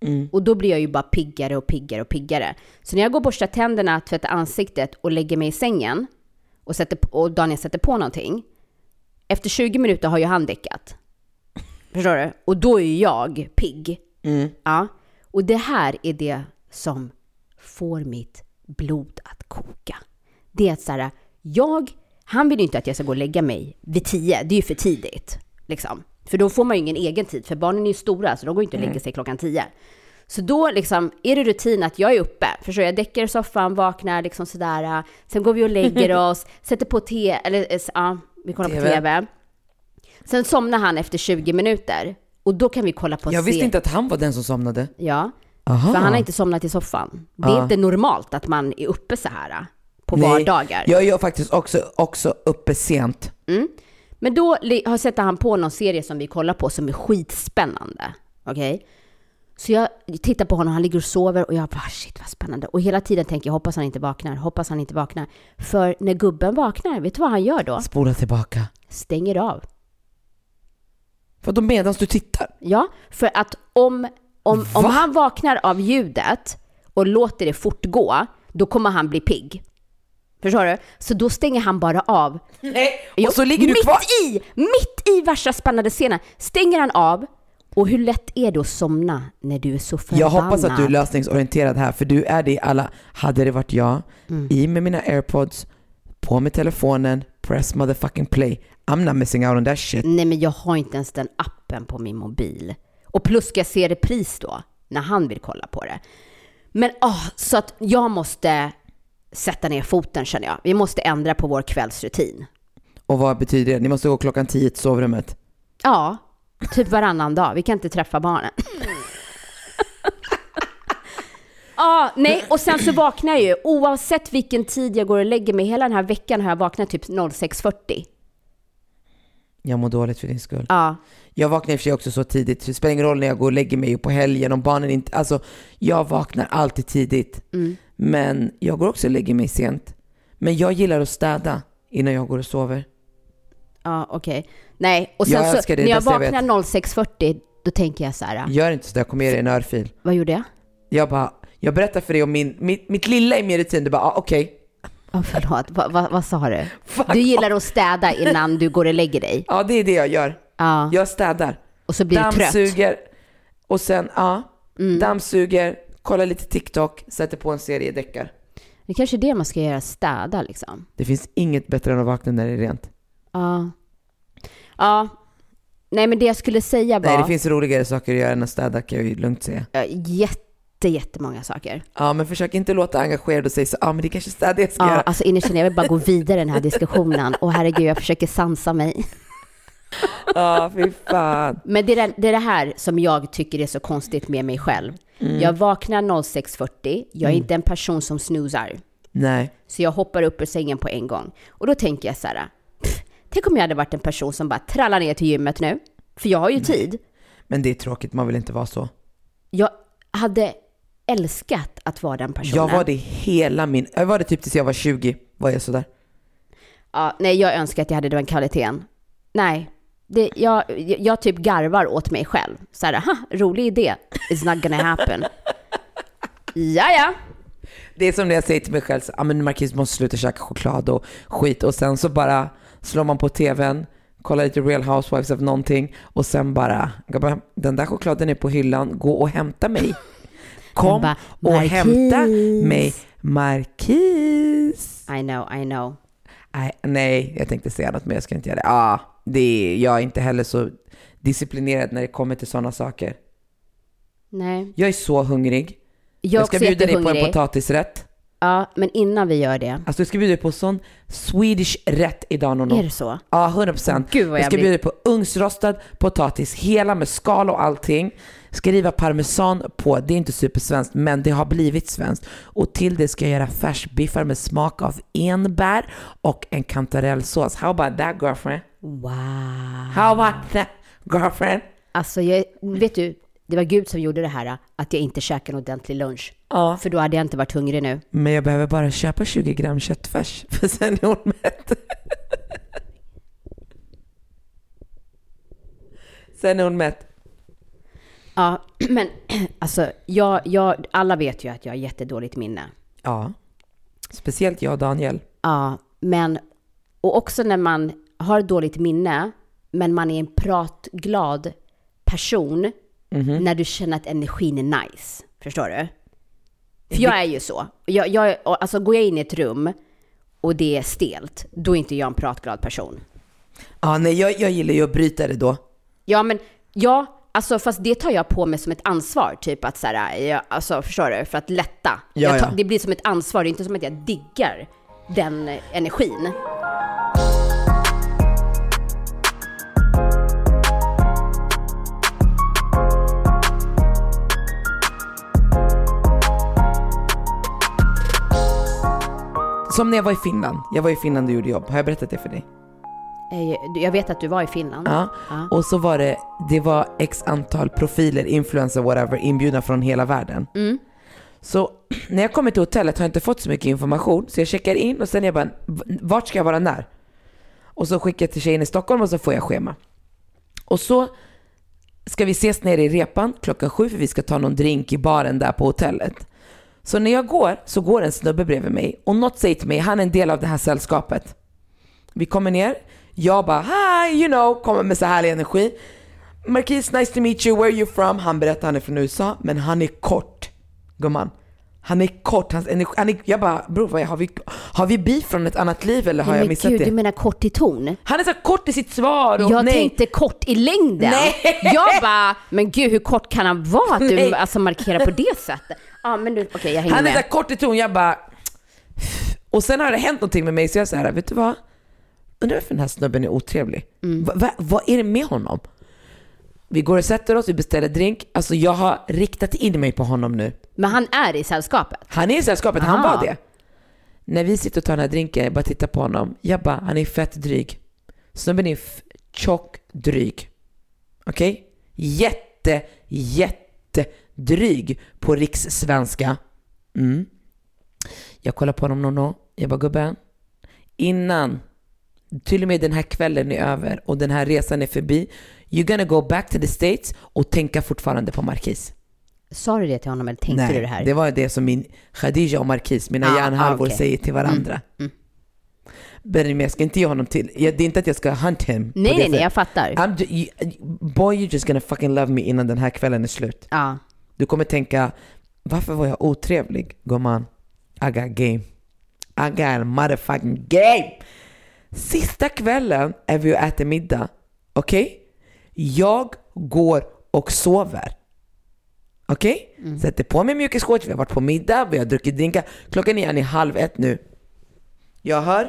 Mm. Och då blir jag ju bara piggare och piggare och piggare. Så när jag går och borstar tänderna, tvättar ansiktet och lägger mig i sängen och, sätter på, och Daniel sätter på någonting. Efter tjugo minuter har ju han däckat. Förstår du? Och då är jag pigg. Mm. Ja. Och det här är det som får mitt blod att koka. Det är att så här, jag, han vill ju inte att jag ska gå och lägga mig vid tio. Det är ju för tidigt. Liksom. För då får man ju ingen egen tid. För barnen är ju stora så de går inte att lägga sig klockan tio. Så då liksom, är det rutin att jag är uppe. Förstår jag däckar i soffan, vaknar liksom sådär. Sen går vi och lägger oss. Sätter på te, eller ja, vi kollar T V. På T V. Sen somnar han efter tjugo minuter. Och då kan vi kolla på Jag se- visste inte att han var den som somnade. Ja, Aha. för han har inte somnat i soffan. Det är Ja. inte normalt att man är uppe så här på Nej, vardagar. Jag är faktiskt också, också uppe sent. Mm. Men då har sett han på någon serie som vi kollar på som är skitspännande. Okej? Okay? Så jag tittar på honom, han ligger och sover och jag bara shit vad spännande. Och hela tiden tänker jag hoppas han inte vaknar, hoppas han inte vaknar. För när gubben vaknar, vet du vad han gör då? Spola tillbaka. Stänger av. För då medan du tittar? Ja, för att om, om, om han vaknar av ljudet och låter det fortgå, då kommer han bli pigg. Förstår du? Så då stänger han bara av. Nej, och jo, så ligger du mitt kvar. i, mitt i värsta spännande scenen stänger han av. Och hur lätt är det att somna när du är så förbannad? Jag hoppas att du är lösningsorienterad här, för du är det i alla. Hade det varit jag, mm. i med mina AirPods, på med telefonen, press motherfucking play. I'm not missing out on that shit. Nej, men jag har inte ens den appen på min mobil. Och plus ska jag se repris då, när han vill kolla på det. Men åh, så att jag måste sätta ner foten, känner jag. Vi måste ändra på vår kvällsrutin. Och vad betyder det? Ni måste gå klockan tio till sovrummet. Ja, typ varannan dag. Vi kan inte träffa barnen. Ja, ah, nej. Och sen så vaknar jag ju. Oavsett vilken tid jag går och lägger mig. Hela den här veckan har jag vaknat typ sex fyrtio. Jag mår dåligt för din skull. Ja. Jag vaknar i och för sig också så tidigt. Det spelar ingen roll när jag går och lägger mig på helgen. Om barnen inte... Alltså, jag vaknar alltid tidigt. Mm. Men jag går också och lägger mig sent. Men jag gillar att städa innan jag går och sover. Ja, okej. Okay. Nej, och sen jag så det, när jag vaknar jag sex fyrtio, då tänker jag så här. Gör inte så där, kom med i en örfil. Vad gjorde jag? Jag bara, jag berättar för dig om min, mitt, mitt lilla i min rutin. Du bara, ah, okej. Okay. Oh, förlåt, va, va, vad sa du? Fuck du gillar off. Att städa innan du går och lägger dig? Ja, det är det jag gör. Ja. Jag städar. Och så blir du trött. Dammsuger. Och sen, ja. Mm. Dammsuger, kollar lite TikTok, sätter på en serie deckar. Det är kanske är det man ska göra, städa liksom. Det finns inget bättre än att vakna när det är rent. Ja. Ja. Nej, men det jag skulle säga var... Nej, det finns roligare saker att göra än att städa, kan jag ju lugnt säga. Jätte, jättemånga saker. Ja, men försök inte låta engagerad och säga så, ja, ah, men det kanske städa jag ska ja, göra. Alltså innerst inne, jag vill bara gå vidare i den här diskussionen. Och herregud, jag försöker sansa mig. Ja, fy fan. Men det är det, det är det här som jag tycker är så konstigt med mig själv. Mm. Jag vaknar sex fyrtio. Jag är mm. inte en person som snoozar. Nej. Så jag hoppar upp ur sängen på en gång. Och då tänker jag så här, pff, tänk om jag hade varit en person som bara trallar ner till gymmet nu. För jag har ju Nej. tid. Men det är tråkigt, man vill inte vara så. Jag hade älskat att vara den personen. Jag var det hela min... Jag var det typ tills jag var tjugo. Var jag sådär? Ja, nej, jag önskar att jag hade den kvaliteten. Nej, det, jag, jag typ garvar åt mig själv. Så här, ha, rolig idé. It's not gonna happen. Ja, ja. Det är som när jag säger till mig själv, ja ah, men Marquis måste sluta käka choklad och skit. Och sen så bara slår man på tvn, kollar lite Real Housewives av någonting. Och sen bara, bara den där chokladen är på hyllan, gå och hämta mig. Kom bara, och hämta mig, Marquis. I know, I know. I, nej, jag tänkte säga något, men jag ska inte göra det. Ja, ah, det är, jag är inte heller så disciplinerad när det kommer till sådana saker. Nej. Jag är så hungrig. Jag, jag ska bjuda dig på en potatisrätt. Ja, men innan vi gör det. Alltså jag ska bjuda dig på sån Swedish rätt idag. Någon är det så? Ja, hundra procent. Gud vad jag, jag ska blir... bjuda dig på ugnsrostad potatis, hela med skal och allting. Skriva parmesan på, det är inte supersvenskt, men det har blivit svenskt. Och till det ska jag göra färskbiffar med smak av enbär och en kantarellsås. How about that, girlfriend? Wow. How about that, girlfriend? Alltså, jag, vet du, det var Gud som gjorde det här, att jag inte käkade en ordentlig lunch. Ja. För då hade jag inte varit hungrig nu. Men jag behöver bara köpa tjugo gram köttfärs, för sen är hon mätt. Sen är hon mätt. Ja, men alltså, jag, jag, alla vet ju att jag har jättedåligt minne. Ja, speciellt jag och Daniel. Ja, men, och också när man har dåligt minne, men man är en pratglad person, mm-hmm. när du känner att energin är nice. Förstår du? För jag är ju så. Jag, jag, alltså, går jag in i ett rum och det är stelt, då är inte jag en pratglad person. Ja, nej, jag, jag gillar ju att bryta det då. Ja, men ja, alltså, fast det tar jag på mig som ett ansvar, typ att så här, jag, alltså, förstår du, för att lätta. Ja, jag tar, ja. Det blir som ett ansvar, det är inte som att jag diggar den energin. Som när jag var i Finland. Jag var i Finland och gjorde jobb. Har jag berättat det för dig? Jag vet att du var i Finland. Ja, ja. Och så var det, det var x antal profiler, influencer, whatever, inbjudna från hela världen. Mm. Så när jag kommer till hotellet har jag inte fått så mycket information. Så jag checkar in och sen är jag bara, vart ska jag vara när? Och så skickar jag till tjejen i Stockholm och så får jag schema. Och så ska vi ses nere i repan klockan sju för vi ska ta någon drink i baren där på hotellet. Så när jag går så går en snubbe bredvid mig och något säger till mig, han är en del av det här sällskapet. Vi kommer ner, jag bara hi, you know, kommer med så härlig energi. Marquis, nice to meet you, where are you from? Han berättar han är från U S A, men han är kort, gumman. Han är kort, hans energi, han är, jag bara, bror, vad är, har vi har vi beef från ett annat liv eller har nej, jag missat Gud, det? Du menar kort i ton? Han är så kort i sitt svar. Och jag nej. tänkte kort i längden. Nej. Jag bara, men gud, hur kort kan han vara att du alltså, markerar på det sättet? Ja, men du, okej, jag hänger han med. Han är så kort i ton, jag bara... Och sen har det hänt någonting med mig så jag säger, vet du vad? Undrar varför den här snubben är otrevlig. Mm. Va, va, vad är det med honom? Vi går och sätter oss, vi beställer drink. Alltså jag har riktat in mig på honom nu. Men han är i sällskapet? Han är i sällskapet, Aha. han var det. När vi sitter och tar den här drinken, jag bara tittar på honom. Jag bara, han är fett dryg. Snubben är f- tjock dryg. Okej? Okay? Jätte, jätte dryg på rikssvenska. Mm. Jag kollar på honom någon. Jag bara, gubben, innan till och med den här kvällen är över och den här resan är förbi, you're gonna go back to the States och tänka fortfarande på Marquis. Sa du det till honom eller tänkte Nej, du det här? Det var det som min Khadija och Marquis, mina ah, hjärnhalvor, okay. säger till varandra. Mm. Mm. Men jag ska inte ge honom till. Det är inte att jag ska hunt him. Nej, nej, nej, jag fattar. I'm, you, boy, you're just gonna fucking love me innan den här kvällen är slut. Ah. Du kommer tänka, varför var jag otrevlig? Gumman, I got game. I got a motherfucking game. Sista kvällen är vi och äter middag. Okej? Okay? Jag går och sover. Okej? Okay? Mm. Sätter på mig mjukisshorts. Vi har varit på middag. Vi har druckit drinkar. Klockan är halv ett nu. Jag hör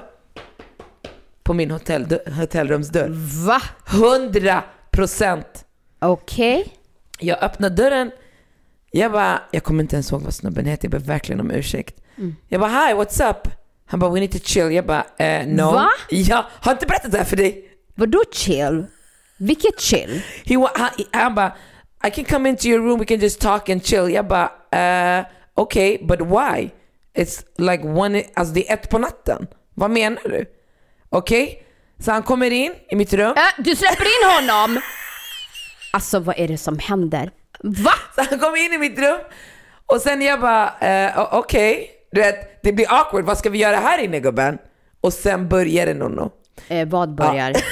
på min hotell, hotellrumsdörr. Va? Hundra procent. Okej. Okay. Jag öppnar dörren. Jag bara, jag kommer inte ens ihåg vad snubben heter. Jag ber verkligen om ursäkt. Mm. Jag bara, hi, what's up? Han bara, we need to chill. Jag bara, eh, no. Va? Jag har inte berättat det här för dig. Vadå chill? Vilket chill? He, han, han bara, I can come into your room, we can just talk and chill. Jag bara, uh, okay, but why? It's like one, alltså det är ett på natten. Vad menar du? Okej? Okay? Så han kommer in i mitt rum. Äh, du släpper in honom! Alltså vad är det som händer? Va? Så han kommer in i mitt rum. Och sen jag bara, uh, okej. Okay. Du vet, det blir awkward. Vad ska vi göra här inne, gubben? Och sen börjar det nog. Eh, vad börjar? Ja.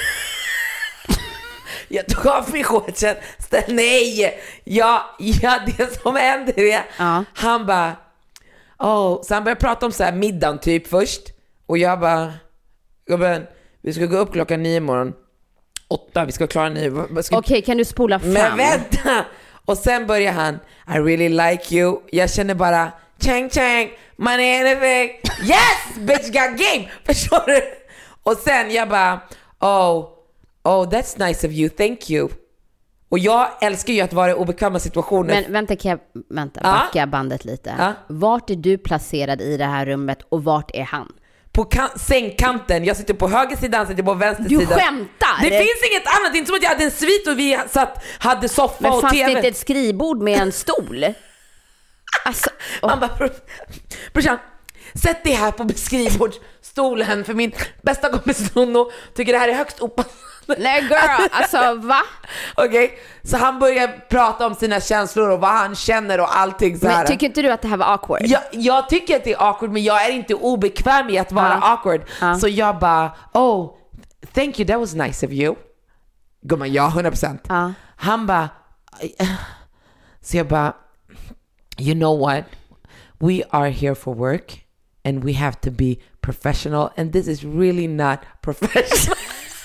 Jag tog av mig shortsen. Nej! Ja, ja, det som händer är ja. Han bara oh, så han började prata om så här middagen typ först. Och jag bara, gubben, vi ska gå upp klockan nio imorgon. Åtta, vi ska klara nio. Okej, okay, kan du spola fram? Men vänta! Och sen börjar han, I really like you. Jag känner bara, chang chang, money anything. Yes, bitch got game. Förstår du? Och sen jag bara, oh, oh, that's nice of you, thank you. Och jag älskar ju att vara i obekväma situationer. Men vänta, kan jag vänta, backa ah. bandet lite. Ah. Vart är du placerad i det här rummet och vart är han? På kan- sängkanten. Jag sitter på höger sida, han sitter på vänster sida. Du skämtar? Det finns inget annat. Det är inte som att jag hade en svit och vi satt, hade soffa men och fast tv. Men fanns det inte ett skrivbord med en stol? Alltså, oh. Man bara, brorsan, sätt dig här på skrivbordsstolen för min bästa kompis Nono tycker det här är högst opassande. Nej girl, alltså va? Okej, okay. Så han börjar prata om sina känslor och vad han känner och allting så här. Men tycker inte du att det här var awkward? Jag, jag tycker att det är awkward, men jag är inte obekväm i att vara uh. awkward. uh. Så jag bara, oh, thank you, that was nice of you. Gumman, ja, hundra procent. uh. Han bara, så jag bara, you know what? We are here for work and we have to be professional, and this is really not professional.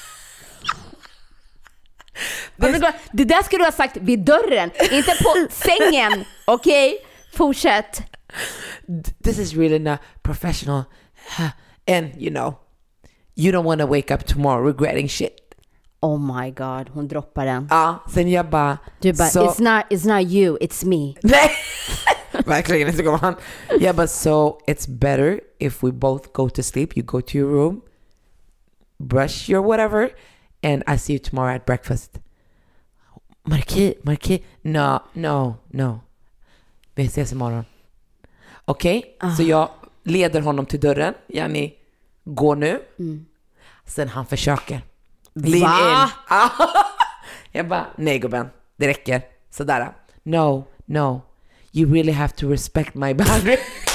This... Det där skulle du ha sagt vid dörren, inte på sängen. Okej, okay? Fortsätt. This is really not professional. And you know, you don't want to wake up tomorrow regretting shit. Oh my god, hon droppar den. Ja, sen jag bara... Du bara, so... it's, not, it's not you, it's me. Nej, verkligen inte kommer han. Jag bara, so it's better if we both go to sleep. You go to your room, brush your whatever, and I see you tomorrow at breakfast. Marquis, Marquis, no, no, no. Vi ses imorgon. Okej, okay? uh. Så jag leder honom till dörren. Janni, gå nu. Mm. Sen han försöker. Lean in. Jag bara, nej gubben, det räcker. Sådär. No, no. You really have to respect my boundary.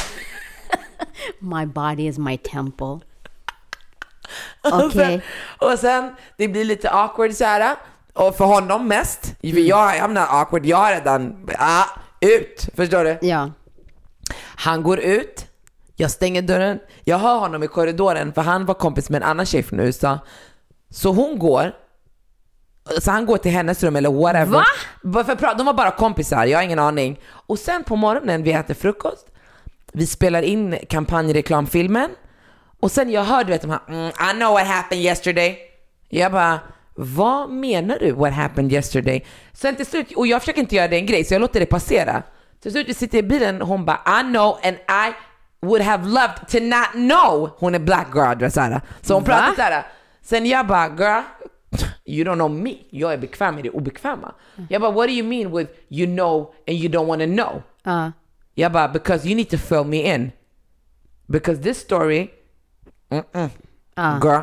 My body is my temple. Okej. Okay. Och, och sen, det blir lite awkward så här. Och för honom mest. För mm. jag, jag är awkward. Jag har redan, ah, ut. Förstår du? Ja. Han går ut. Jag stänger dörren. Jag hör honom i korridoren. För han var kompis med en annan tjej från U S A. Så hon går. Så han går till hennes rum eller whatever. Va? För de var bara kompisar, jag har ingen aning. Och sen på morgonen, vi äter frukost. Vi spelar in kampanjreklamfilmen. Och sen jag hörde, vet de här, mm, I know what happened yesterday. Jag bara, vad menar du what happened yesterday? Sen till slut, och jag försöker inte göra det en grej, så jag låter det passera. Till slut vi sitter i bilen, hon bara, I know and I would have loved to not know. Hon är black girl, så här. Så hon pratar så här. Sen jag bara, girl, you don't know me. Jag är bekväm med det obekväma. Mm. Jag bara, what do you mean with you know and you don't want to know? Uh. Jag bara, because you need to fill me in. Because this story, mm-mm, uh. girl.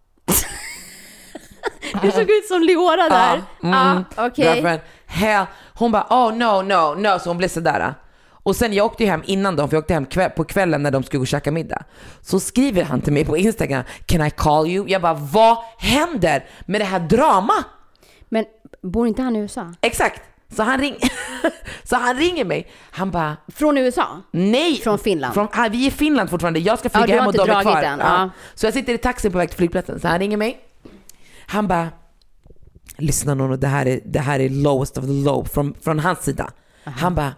Du såg ut som Leora där. Uh, mm, uh, Okej. Okay. Hell. Hon bara, oh no, no, no. Så hon blev sådär. Och sen jag åkte hem innan dem, för jag åkte hem kväll, på kvällen när de skulle gå och käka middag. Så skriver han till mig på Instagram, can I call you? Jag bara, vad händer med det här drama? Men bor inte han i U S A? Exakt. Så han, ring... så han ringer mig. Han bara, från U S A? Nej. Från Finland? Från... Ah, vi är i Finland fortfarande. Jag ska flyga ja, hem och de är kvar. Den, ja. Ja. Så jag sitter i taxin på väg till flygplatsen. Så han ringer mig. Han bara, lyssna Nono, det här är, det här är lowest of the low från, från hans sida. Uh-huh. Han bara,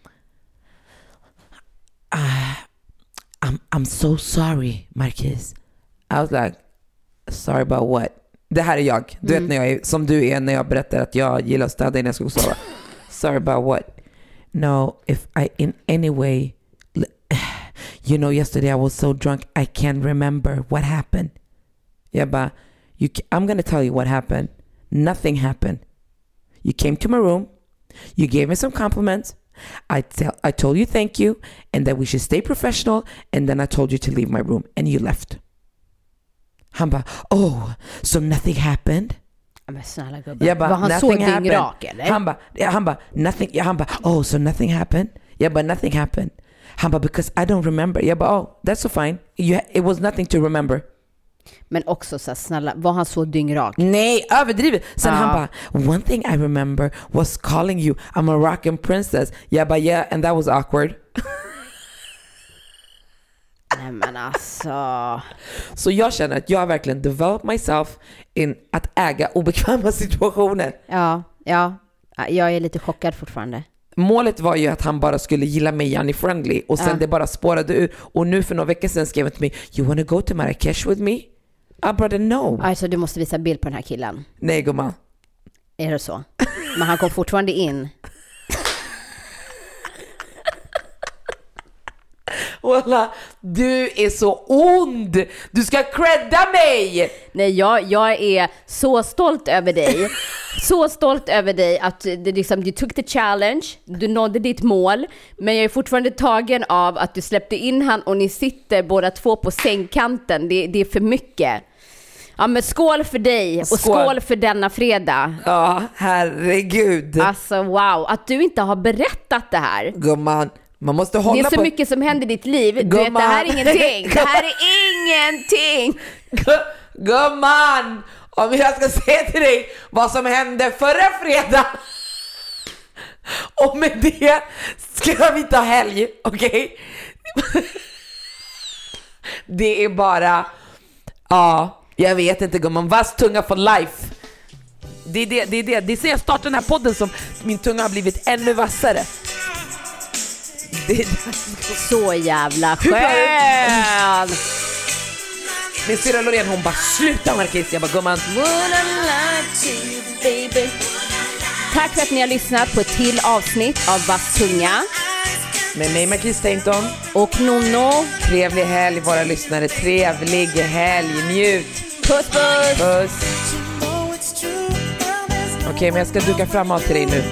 Uh, I'm I'm so sorry, Marquis. I was like, sorry about what? Det här är jag. Du mm. vet när jag är, som du är när jag berättar att jag gillar att städa innan jag ska sova. Sorry about what? No, if I in any way, you know, yesterday I was so drunk I can't remember what happened. Jag bara, you, I'm gonna tell you what happened. Nothing happened. You came to my room. You gave me some compliments. I tell I told you thank you and that we should stay professional, and then I told you to leave my room and you left. Han bara, oh, so nothing happened? Men snälla gubben, var han så dyngrak eller? Han bara, han bara, nothing, han bara, oh, so nothing happened? Jag bara, nothing happened. Han bara, because I don't remember. Jag bara, oh, that's so fine. You, it was nothing to remember. Men också så snälla, var han så dyngrak? Nej, överdrivet. Sen ah. han bara, one thing I remember was calling you a Moroccan princess. Jag bara, yeah, and that was awkward. Nej men alltså. Så jag känner att jag har verkligen developed myself in att äga obekväma situationer. Ja, ja. Jag är lite chockad fortfarande. Målet var ju att han bara skulle gilla mig Janni friendly. Och sen ja. det bara spårade ur. Och nu för några veckor sedan skrev han till mig, you wanna go to Marrakesh with me? I brother no. Alltså du måste visa bild på den här killen. Nej gumman. Är det så? Men han kom fortfarande in. Walla, du är så ond. Du ska credda mig. Nej, jag, jag är så stolt över dig. Så stolt över dig att det liksom, du took the challenge. Du nådde ditt mål. Men jag är fortfarande tagen av att du släppte in han och ni sitter båda två på sängkanten. Det, det är för mycket. Ja, men skål för dig och skål, skål för denna fredag. Ja, herregud. Alltså wow, att du inte har berättat det här. Gumman, man måste hålla på. Det är så på... mycket som händer i ditt liv. Gumman. Du vet, det här är ingenting. Det här är ingenting. Gumman, om jag ska säga till dig vad som hände förra fredag. Och med det ska vi ta helg, okej? Okay? Det är bara... Ja, jag vet inte gumman. Vass tunga for life. Det är det, det är det. Det är sen jag startade den här podden som min tunga har blivit ännu vassare. Det är så jävla skönt. Min syrra Loreen, hon bara sluta Marquis. Jag bara gumman. Tack för att ni har lyssnat på ett till avsnitt av Vass tunga. Med mig Marquis Stanton och Nonno. Trevlig helg våra lyssnare. Trevlig helg. Njut. Puss puss. Puss. Okej, okay, men jag ska duka fram allt till dig nu.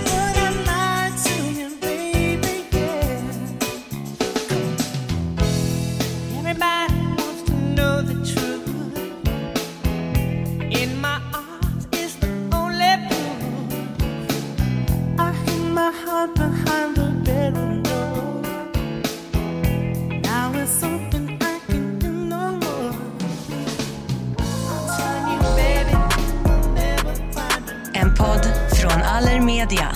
En podd från Allermedia.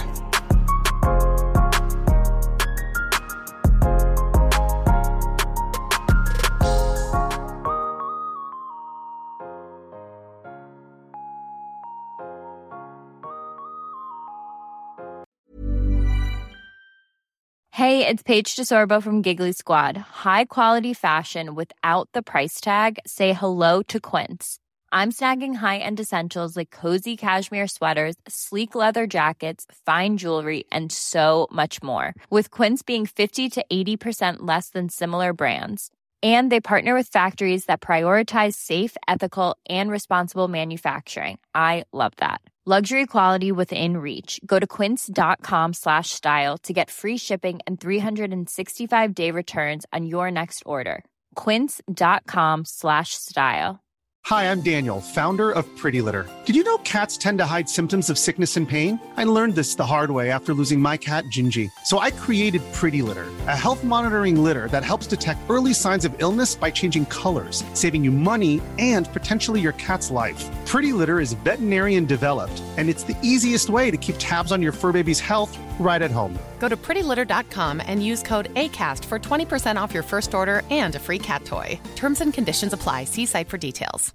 Hey, it's Paige DeSorbo from Giggly Squad. High quality fashion without the price tag. Say hello to Quince. I'm snagging high-end essentials like cozy cashmere sweaters, sleek leather jackets, fine jewelry, and so much more. With Quince being fifty to eighty percent less than similar brands. And they partner with factories that prioritize safe, ethical, and responsible manufacturing. I love that. Luxury quality within reach. Go to quince.com slash style to get free shipping and three sixty-five day returns on your next order. Quince.com slash style. Hi, I'm Daniel, founder of Pretty Litter. Did you know cats tend to hide symptoms of sickness and pain? I learned this the hard way after losing my cat, Gingy. So I created Pretty Litter, a health monitoring litter that helps detect early signs of illness by changing colors, saving you money and potentially your cat's life. Pretty Litter is veterinarian developed, and it's the easiest way to keep tabs on your fur baby's health right at home. Go to pretty litter dot com and use code ACAST for twenty percent off your first order and a free cat toy. Terms and conditions apply. See site for details.